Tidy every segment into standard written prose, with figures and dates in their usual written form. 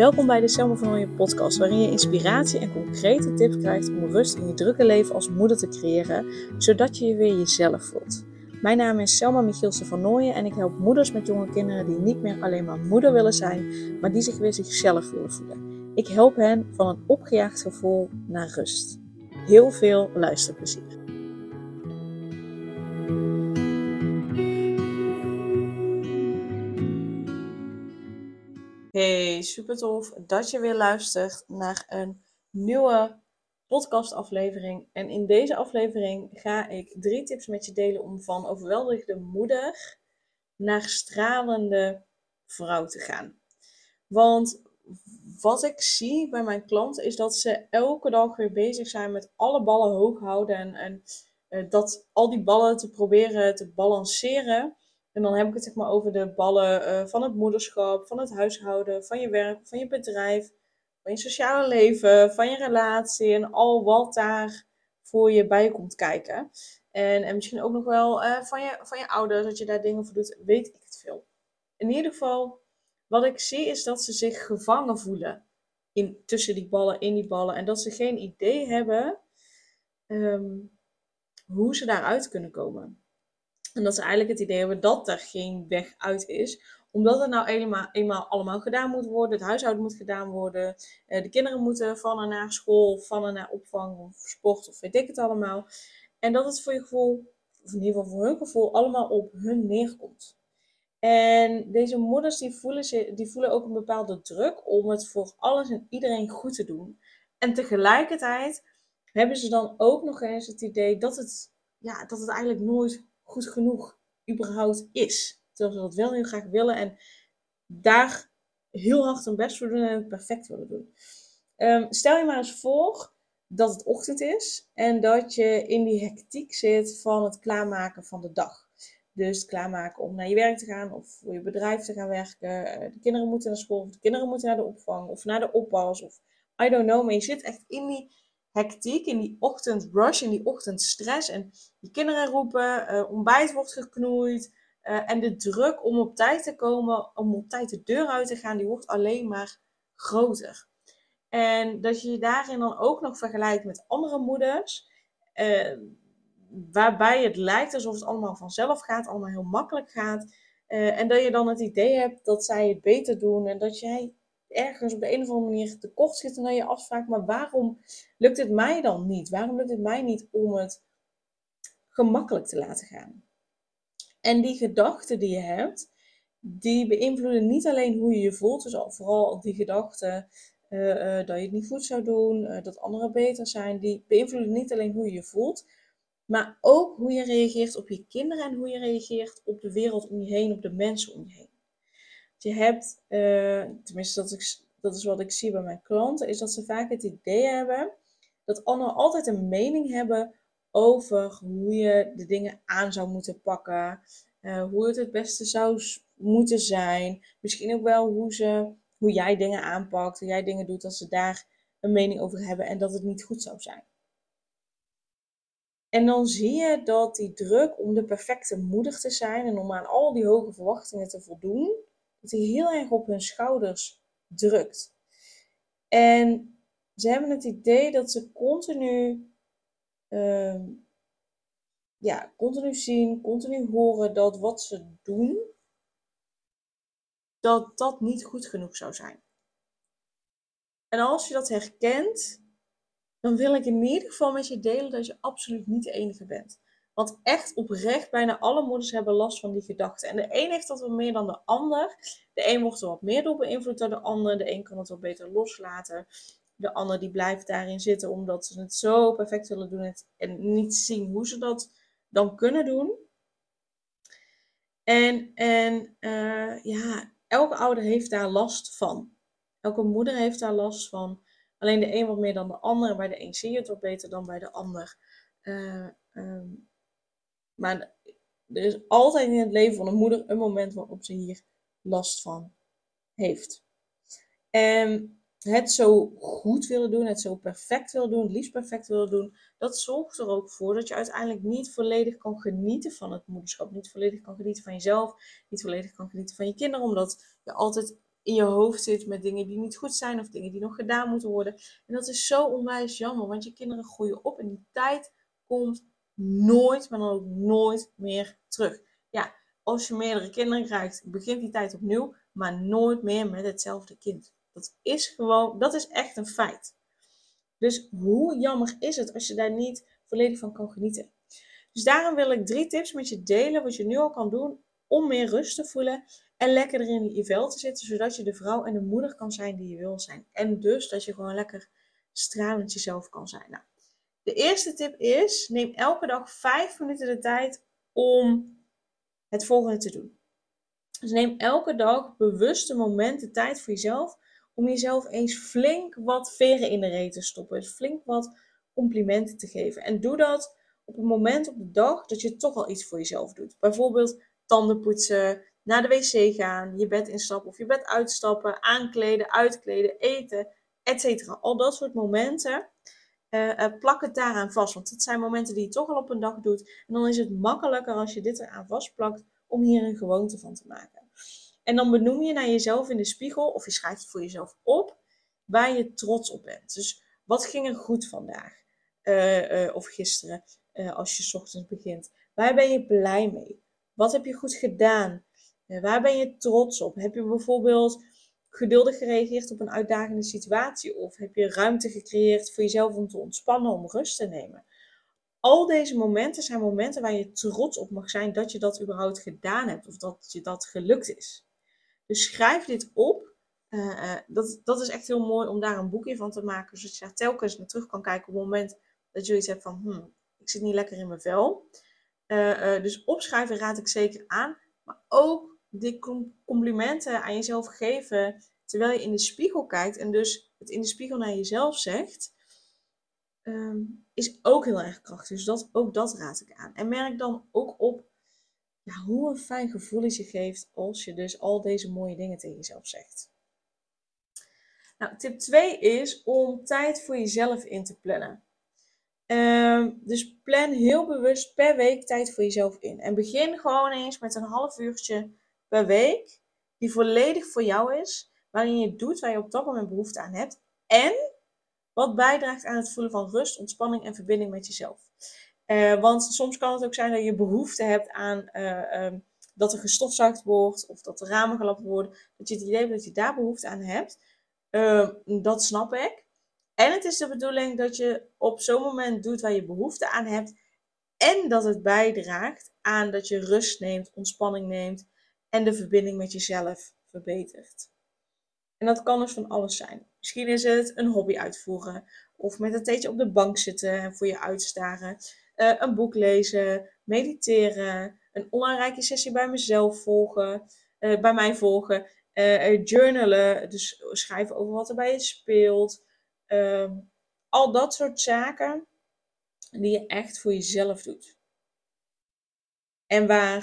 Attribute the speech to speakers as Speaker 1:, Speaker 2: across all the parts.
Speaker 1: Welkom bij de Selma van Nooijen podcast, waarin je inspiratie en concrete tips krijgt om rust in je drukke leven als moeder te creëren, zodat je je weer jezelf voelt. Mijn naam is Selma Michielse van Nooijen en ik help moeders met jonge kinderen die niet meer alleen maar moeder willen zijn, maar die zich weer zichzelf willen voelen. Ik help hen van een opgejaagd gevoel naar rust. Heel veel luisterplezier. Hey, super tof dat je weer luistert naar een nieuwe podcastaflevering. En in deze aflevering ga ik 3 tips met je delen om van overweldigde moeder naar stralende vrouw te gaan. Want wat ik zie bij mijn klanten is dat ze elke dag weer bezig zijn met alle ballen hoog houden en dat al die ballen te proberen te balanceren. En dan heb ik het zeg maar over de ballen van het moederschap, van het huishouden, van je werk, van je bedrijf, van je sociale leven, van je relatie en al wat daar voor je bij komt kijken. En misschien ook nog wel van je ouders, dat je daar dingen voor doet, weet ik het veel. In ieder geval, wat ik zie is dat ze zich gevangen voelen tussen die ballen, in die ballen. En dat ze geen idee hebben hoe ze daaruit kunnen komen. En dat ze eigenlijk het idee hebben dat er geen weg uit is. Omdat het nou eenmaal allemaal gedaan moet worden. Het huishouden moet gedaan worden. De kinderen moeten van en naar school, van en naar opvang of sport of weet ik het allemaal. En dat het voor je gevoel, of in ieder geval voor hun gevoel, allemaal op hun neerkomt. En deze moeders die voelen ook een bepaalde druk om het voor alles en iedereen goed te doen. En tegelijkertijd hebben ze dan ook nog eens het idee dat het eigenlijk nooit goed genoeg überhaupt is. Terwijl ze dat wel heel graag willen en daar heel hard hun best voor doen en het perfect willen doen. Stel je maar eens voor dat het ochtend is en dat je in die hectiek zit van het klaarmaken van de dag. Dus klaarmaken om naar je werk te gaan of voor je bedrijf te gaan werken. De kinderen moeten naar school of de kinderen moeten naar de opvang of naar de oppas of I don't know. Maar je zit echt in die hectiek, in die ochtendrush, in die ochtendstress. En die kinderen roepen, ontbijt wordt geknoeid. En de druk om op tijd te komen, om op tijd de deur uit te gaan, die wordt alleen maar groter. En dat je je daarin dan ook nog vergelijkt met andere moeders, waarbij het lijkt alsof het allemaal vanzelf gaat, allemaal heel makkelijk gaat. En dat je dan het idee hebt dat zij het beter doen en dat jij ergens op de een of andere manier tekort schiet en dat je afvraagt, maar waarom lukt het mij dan niet? Waarom lukt het mij niet om het gemakkelijk te laten gaan? En die gedachten die je hebt, die beïnvloeden niet alleen hoe je je voelt, dus vooral die gedachten dat je het niet goed zou doen, dat anderen beter zijn, die beïnvloeden niet alleen hoe je je voelt, maar ook hoe je reageert op je kinderen en hoe je reageert op de wereld om je heen, op de mensen om je heen. Je hebt, tenminste dat is wat ik zie bij mijn klanten, is dat ze vaak het idee hebben dat anderen altijd een mening hebben over hoe je de dingen aan zou moeten pakken, hoe het beste zou moeten zijn, misschien ook wel hoe jij dingen aanpakt, hoe jij dingen doet, dat ze daar een mening over hebben en dat het niet goed zou zijn. En dan zie je dat die druk om de perfecte moeder te zijn en om aan al die hoge verwachtingen te voldoen, dat die heel erg op hun schouders drukt. En ze hebben het idee dat ze continu zien, continu horen dat wat ze doen, dat niet goed genoeg zou zijn. En als je dat herkent, dan wil ik in ieder geval met je delen dat je absoluut niet de enige bent. Want echt oprecht, bijna alle moeders hebben last van die gedachten. En de een heeft dat wel meer dan de ander. De een wordt er wat meer door beïnvloed dan de ander. De een kan het wat beter loslaten. De ander die blijft daarin zitten omdat ze het zo perfect willen doen en niet zien hoe ze dat dan kunnen doen. En elke ouder heeft daar last van. Elke moeder heeft daar last van. Alleen de een wat meer dan de ander. Bij de een zie je het wat beter dan bij de ander. Maar er is altijd in het leven van een moeder een moment waarop ze hier last van heeft. En het zo goed willen doen, het zo perfect willen doen, het liefst perfect willen doen, dat zorgt er ook voor dat je uiteindelijk niet volledig kan genieten van het moederschap. Niet volledig kan genieten van jezelf, niet volledig kan genieten van je kinderen, omdat je altijd in je hoofd zit met dingen die niet goed zijn of dingen die nog gedaan moeten worden. En dat is zo onwijs jammer, want je kinderen groeien op en die tijd komt nooit, maar dan ook nooit meer terug. Ja, als je meerdere kinderen krijgt, begint die tijd opnieuw, maar nooit meer met hetzelfde kind. Dat is echt een feit. Dus hoe jammer is het als je daar niet volledig van kan genieten? Dus daarom wil ik 3 tips met je delen wat je nu al kan doen om meer rust te voelen en lekker erin in je vel te zitten, zodat je de vrouw en de moeder kan zijn die je wil zijn. En dus dat je gewoon lekker stralend jezelf kan zijn. Nou, de eerste tip is, neem elke dag 5 minuten de tijd om het volgende te doen. Dus neem elke dag bewuste momenten tijd voor jezelf om jezelf eens flink wat veren in de reet te stoppen. Dus flink wat complimenten te geven. En doe dat op een moment op de dag dat je toch al iets voor jezelf doet. Bijvoorbeeld tanden poetsen, naar de wc gaan, je bed instappen of je bed uitstappen, aankleden, uitkleden, eten, etc. Al dat soort momenten, plak het daaraan vast. Want dat zijn momenten die je toch al op een dag doet. En dan is het makkelijker als je dit eraan vastplakt om hier een gewoonte van te maken. En dan benoem je naar jezelf in de spiegel, of je schrijft het voor jezelf op, waar je trots op bent. Dus wat ging er goed vandaag? Of gisteren, als je 's ochtends begint. Waar ben je blij mee? Wat heb je goed gedaan? Waar ben je trots op? Heb je bijvoorbeeld geduldig gereageerd op een uitdagende situatie? Of heb je ruimte gecreëerd voor jezelf om te ontspannen, om rust te nemen? Al deze momenten zijn momenten waar je trots op mag zijn dat je dat überhaupt gedaan hebt. Of dat je dat gelukt is. Dus schrijf dit op. Dat is echt heel mooi om daar een boekje van te maken. Zodat je daar telkens naar terug kan kijken op het moment dat je iets hebt van, ik zit niet lekker in mijn vel. Dus opschrijven raad ik zeker aan. Maar ook die complimenten aan jezelf geven terwijl je in de spiegel kijkt. En dus het in de spiegel naar jezelf zegt. Is ook heel erg krachtig. Dus ook dat raad ik aan. En merk dan ook op hoe een fijn gevoel het je geeft als je dus al deze mooie dingen tegen jezelf zegt. Nou, tip 2 is om tijd voor jezelf in te plannen. Dus plan heel bewust per week tijd voor jezelf in. En begin gewoon eens met een half uurtje per week, die volledig voor jou is, waarin je doet waar je op dat moment behoefte aan hebt. En wat bijdraagt aan het voelen van rust, ontspanning en verbinding met jezelf. Want soms kan het ook zijn dat je behoefte hebt aan dat er gestofzuigd wordt of dat de ramen gelapt worden. Dat je het idee hebt dat je daar behoefte aan hebt. Dat snap ik. En het is de bedoeling dat je op zo'n moment doet waar je behoefte aan hebt. En dat het bijdraagt aan dat je rust neemt, ontspanning neemt en de verbinding met jezelf verbetert. En dat kan dus van alles zijn. Misschien is het een hobby uitvoeren. Of met een theetje op de bank zitten en voor je uitstaren. Een boek lezen, mediteren. Een online sessie bij mezelf volgen. Bij mij volgen. Journalen, dus schrijven over wat er bij je speelt. Al dat soort zaken die je echt voor jezelf doet. En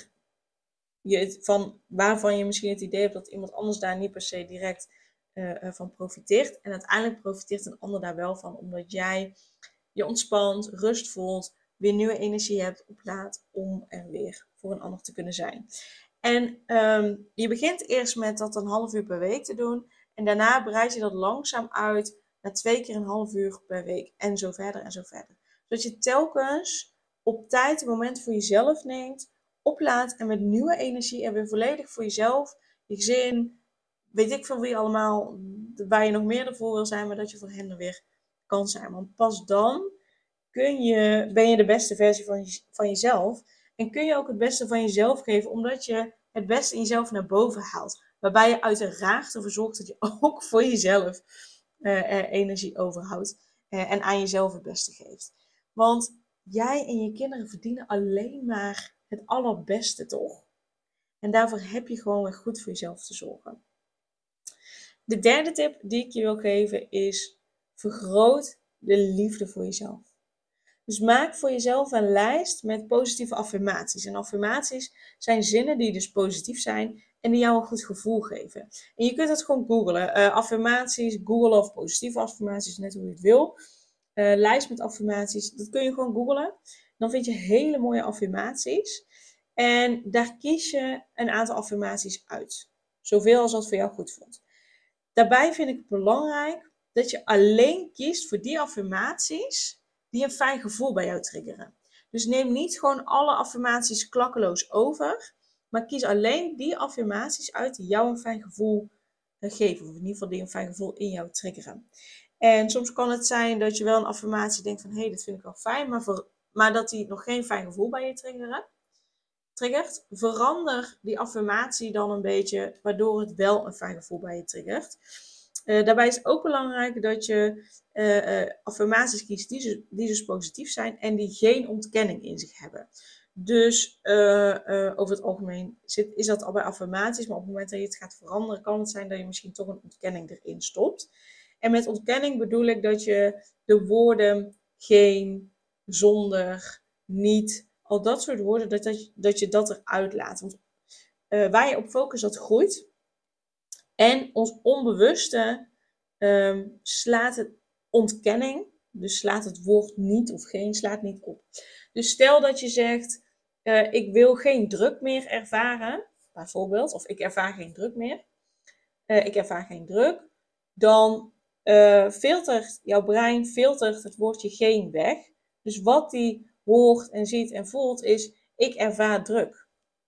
Speaker 1: waarvan je misschien het idee hebt dat iemand anders daar niet per se direct van profiteert. En uiteindelijk profiteert een ander daar wel van, omdat jij je ontspant, rust voelt, weer nieuwe energie hebt, oplaadt om er weer voor een ander te kunnen zijn. En je begint eerst met dat een half uur per week te doen. En daarna breid je dat langzaam uit naar 2 keer een half uur per week. En zo verder en zo verder. Zodat je telkens op tijd een moment voor jezelf neemt, oplaadt en met nieuwe energie en weer volledig voor jezelf, je gezin, weet ik veel wie allemaal, waar je nog meer ervoor wil zijn, maar dat je voor hen er weer kan zijn. Want pas dan ben je de beste versie van jezelf. En kun je ook het beste van jezelf geven, omdat je het beste in jezelf naar boven haalt. Waarbij je uiteraard ervoor zorgt dat je ook voor jezelf energie overhoudt. En aan jezelf het beste geeft. Want jij en je kinderen verdienen alleen maar het allerbeste, toch? En daarvoor heb je gewoon weer goed voor jezelf te zorgen. De derde tip die ik je wil geven is: vergroot de liefde voor jezelf. Dus maak voor jezelf een lijst met positieve affirmaties. En affirmaties zijn zinnen die dus positief zijn en die jou een goed gevoel geven. En je kunt dat gewoon googlen. Affirmaties, googlen of positieve affirmaties, net hoe je het wil. Lijst met affirmaties, dat kun je gewoon googlen. Dan vind je hele mooie affirmaties. En daar kies je een aantal affirmaties uit. Zoveel als dat voor jou goed voelt. Daarbij vind ik het belangrijk dat je alleen kiest voor die affirmaties die een fijn gevoel bij jou triggeren. Dus neem niet gewoon alle affirmaties klakkeloos over, maar kies alleen die affirmaties uit die jou een fijn gevoel geven. Of in ieder geval die een fijn gevoel in jou triggeren. En soms kan het zijn dat je wel een affirmatie denkt van hé, dit vind ik wel fijn, maar dat die nog geen fijn gevoel bij je triggert. Verander die affirmatie dan een beetje, waardoor het wel een fijn gevoel bij je triggert. Daarbij is het ook belangrijk dat je affirmaties kiest die dus positief zijn en die geen ontkenning in zich hebben. Dus over het algemeen is dat al bij affirmaties, maar op het moment dat je het gaat veranderen, kan het zijn dat je misschien toch een ontkenning erin stopt. En met ontkenning bedoel ik dat je de woorden geen, zonder, niet, al dat soort woorden, dat je dat eruit laat. Want waar je op focust, dat groeit. En ons onbewuste slaat het ontkenning, dus slaat het woord niet of geen, slaat niet op. Dus stel dat je zegt, ik wil geen druk meer ervaren, bijvoorbeeld, of ik ervaar geen druk meer. Ik ervaar geen druk. Dan filtert jouw brein het woordje geen weg. Dus wat die hoort en ziet en voelt is, ik ervaar druk.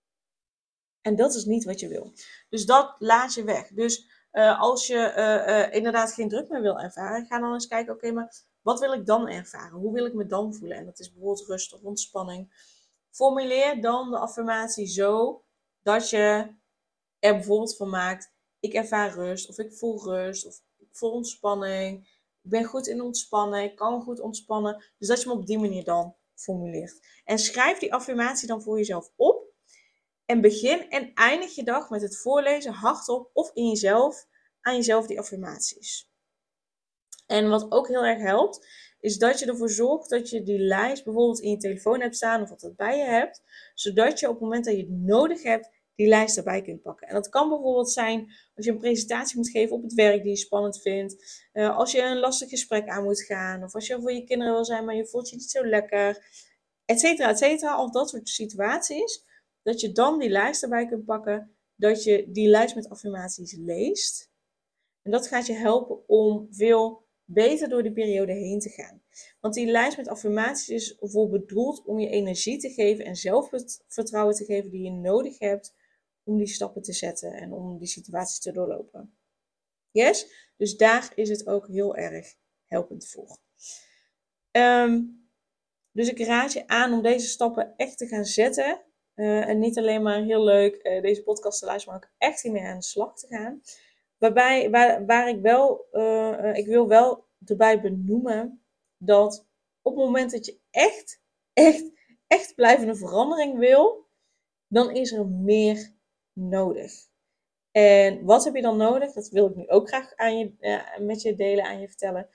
Speaker 1: En dat is niet wat je wil. Dus dat laat je weg. Dus als je inderdaad geen druk meer wil ervaren, ga dan eens kijken, oké, maar wat wil ik dan ervaren? Hoe wil ik me dan voelen? En dat is bijvoorbeeld rust of ontspanning. Formuleer dan de affirmatie zo dat je er bijvoorbeeld van maakt, ik ervaar rust, of ik voel rust, of ik voel ontspanning. Ik ben goed in ontspannen, ik kan goed ontspannen. Dus dat je hem op die manier dan formuleert. En schrijf die affirmatie dan voor jezelf op. En begin en eindig je dag met het voorlezen hardop of in jezelf, aan jezelf die affirmaties. En wat ook heel erg helpt, is dat je ervoor zorgt dat je die lijst bijvoorbeeld in je telefoon hebt staan of wat het bij je hebt. Zodat je op het moment dat je het nodig hebt, die lijst erbij kunt pakken. En dat kan bijvoorbeeld zijn als je een presentatie moet geven op het werk die je spannend vindt. Als je een lastig gesprek aan moet gaan. Of als je voor je kinderen wil zijn, maar je voelt je niet zo lekker. Etcetera, etcetera. Al dat soort situaties. Dat je dan die lijst erbij kunt pakken. Dat je die lijst met affirmaties leest. En dat gaat je helpen om veel beter door die periode heen te gaan. Want die lijst met affirmaties is ervoor bedoeld om je energie te geven en zelfvertrouwen te geven die je nodig hebt om die stappen te zetten en om die situaties te doorlopen. Yes? Dus daar is het ook heel erg helpend voor. Dus ik raad je aan om deze stappen echt te gaan zetten. En niet alleen maar heel leuk deze podcast te luisteren, maar ook echt hiermee aan de slag te gaan. Waarbij, waar ik wil wel erbij benoemen dat op het moment dat je echt blijvende verandering wil, dan is er meer nodig. En wat heb je dan nodig? Dat wil ik nu ook graag met je delen, aan je vertellen.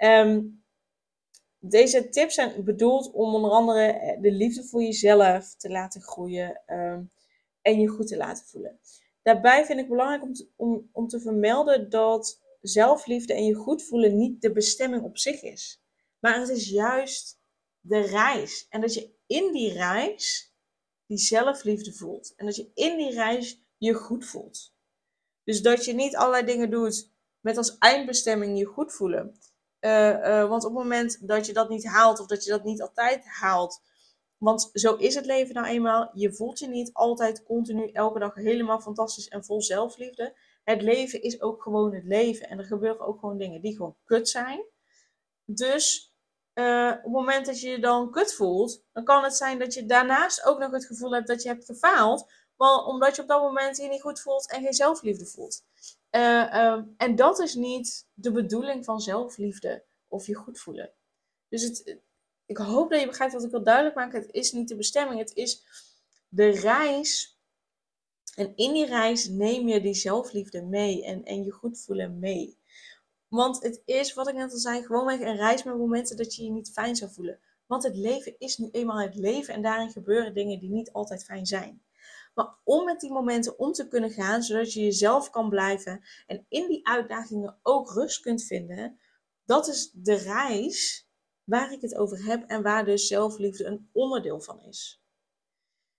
Speaker 1: Deze tips zijn bedoeld om onder andere de liefde voor jezelf te laten groeien en je goed te laten voelen. Daarbij vind ik het belangrijk om te vermelden dat zelfliefde en je goed voelen niet de bestemming op zich is. Maar het is juist de reis. En dat je in die reis die zelfliefde voelt. En dat je in die reis je goed voelt. Dus dat je niet allerlei dingen doet met als eindbestemming je goed voelen. Want op het moment dat je dat niet haalt of dat je dat niet altijd haalt. Want zo is het leven nou eenmaal. Je voelt je niet altijd continu elke dag helemaal fantastisch en vol zelfliefde. Het leven is ook gewoon het leven. En er gebeuren ook gewoon dingen die gewoon kut zijn. Dus op het moment dat je je dan kut voelt, dan kan het zijn dat je daarnaast ook nog het gevoel hebt dat je hebt gefaald. Maar omdat je op dat moment je niet goed voelt en geen zelfliefde voelt. En dat is niet de bedoeling van zelfliefde of je goed voelen. Dus ik hoop dat je begrijpt wat ik wil duidelijk maken. Het is niet de bestemming, het is de reis. En in die reis neem je die zelfliefde mee en je goed voelen mee. Want het is, wat ik net al zei, gewoonweg een reis met momenten dat je je niet fijn zou voelen. Want het leven is nu eenmaal het leven en daarin gebeuren dingen die niet altijd fijn zijn. Maar om met die momenten om te kunnen gaan, zodat je jezelf kan blijven en in die uitdagingen ook rust kunt vinden, dat is de reis waar ik het over heb en waar dus zelfliefde een onderdeel van is.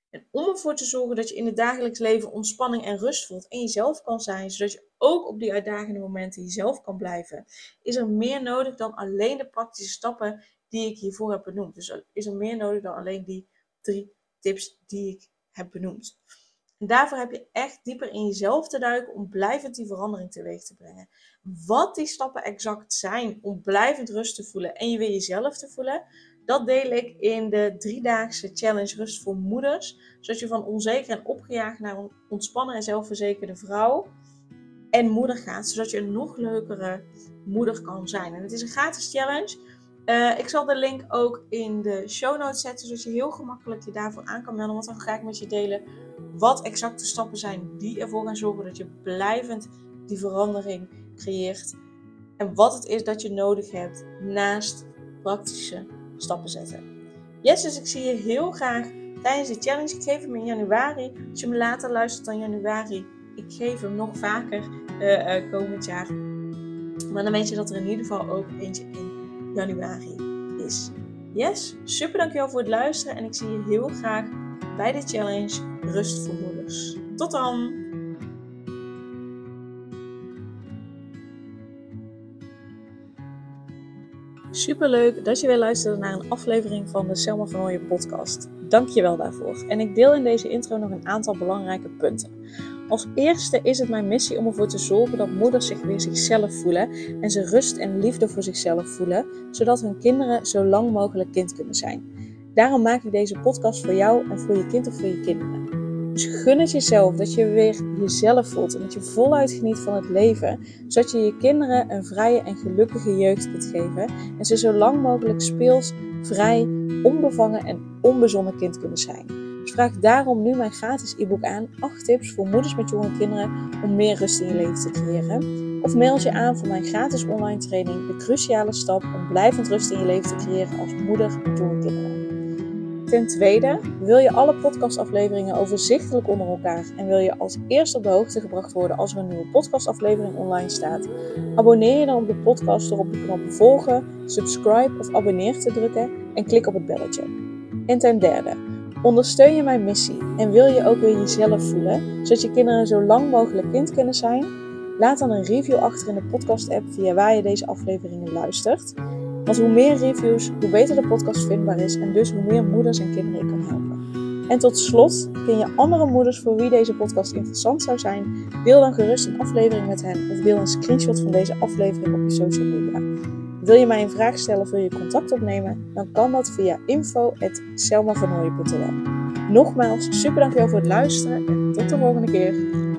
Speaker 1: En om ervoor te zorgen dat je in het dagelijks leven ontspanning en rust voelt en jezelf kan zijn, zodat je ook op die uitdagende momenten jezelf kan blijven, is er meer nodig dan alleen de praktische stappen die ik hiervoor heb benoemd. Dus is er meer nodig dan alleen die 3 tips die ik heb benoemd. En daarvoor heb je echt dieper in jezelf te duiken om blijvend die verandering teweeg te brengen. Wat die stappen exact zijn om blijvend rust te voelen en je weer jezelf te voelen, dat deel ik in de 3-daagse challenge Rust voor Moeders. Zodat je van onzeker en opgejaagd naar een ontspannen en zelfverzekerde vrouw en moeder gaat. Zodat je een nog leukere moeder kan zijn. En het is een gratis challenge. Ik zal de link ook in de show notes zetten. Zodat je heel gemakkelijk je daarvoor aan kan melden. Want dan ga ik met je delen wat exact de stappen zijn die ervoor gaan zorgen dat je blijvend die verandering creëert. En wat het is dat je nodig hebt naast praktische stappen zetten. Yes, dus ik zie je heel graag tijdens de challenge. Ik geef hem in januari. Als je me later luistert dan januari, ik geef hem nog vaker komend jaar. Maar dan weet je dat er in ieder geval ook eentje in januari is. Yes, super dankjewel voor het luisteren. En ik zie je heel graag bij de challenge Rust voor Moeders. Tot dan! Superleuk dat je weer luisterde naar een aflevering van de Selma van Nooijen podcast. Dank je wel daarvoor. En ik deel in deze intro nog een aantal belangrijke punten. Als eerste is het mijn missie om ervoor te zorgen dat moeders zich weer zichzelf voelen en ze rust en liefde voor zichzelf voelen, zodat hun kinderen zo lang mogelijk kind kunnen zijn. Daarom maak ik deze podcast voor jou en voor je kind of voor je kinderen. Dus gun het jezelf dat je weer jezelf voelt en dat je voluit geniet van het leven, zodat je je kinderen een vrije en gelukkige jeugd kunt geven en ze zo lang mogelijk speels, vrij, onbevangen en onbezonnen kind kunnen zijn. Dus vraag daarom nu mijn gratis e-book aan, 8 tips voor moeders met jonge kinderen om meer rust in je leven te creëren. Of mail je aan voor mijn gratis online training, de cruciale stap om blijvend rust in je leven te creëren als moeder met jonge kinderen. Ten tweede, wil je alle podcastafleveringen overzichtelijk onder elkaar en wil je als eerste op de hoogte gebracht worden als er een nieuwe podcastaflevering online staat? Abonneer je dan op de podcast door op de knop volgen, subscribe of abonneer te drukken en klik op het belletje. En ten derde, ondersteun je mijn missie en wil je ook weer jezelf voelen, zodat je kinderen zo lang mogelijk kind kunnen zijn? Laat dan een review achter in de podcast app via waar je deze afleveringen luistert. Want hoe meer reviews, hoe beter de podcast vindbaar is en dus hoe meer moeders en kinderen ik kan helpen. En tot slot, ken je andere moeders voor wie deze podcast interessant zou zijn? Deel dan gerust een aflevering met hen of deel een screenshot van deze aflevering op je social media. Wil je mij een vraag stellen of wil je contact opnemen? Dan kan dat via info@selmavernooijen.nl. Nogmaals, super dankjewel voor het luisteren en tot de volgende keer.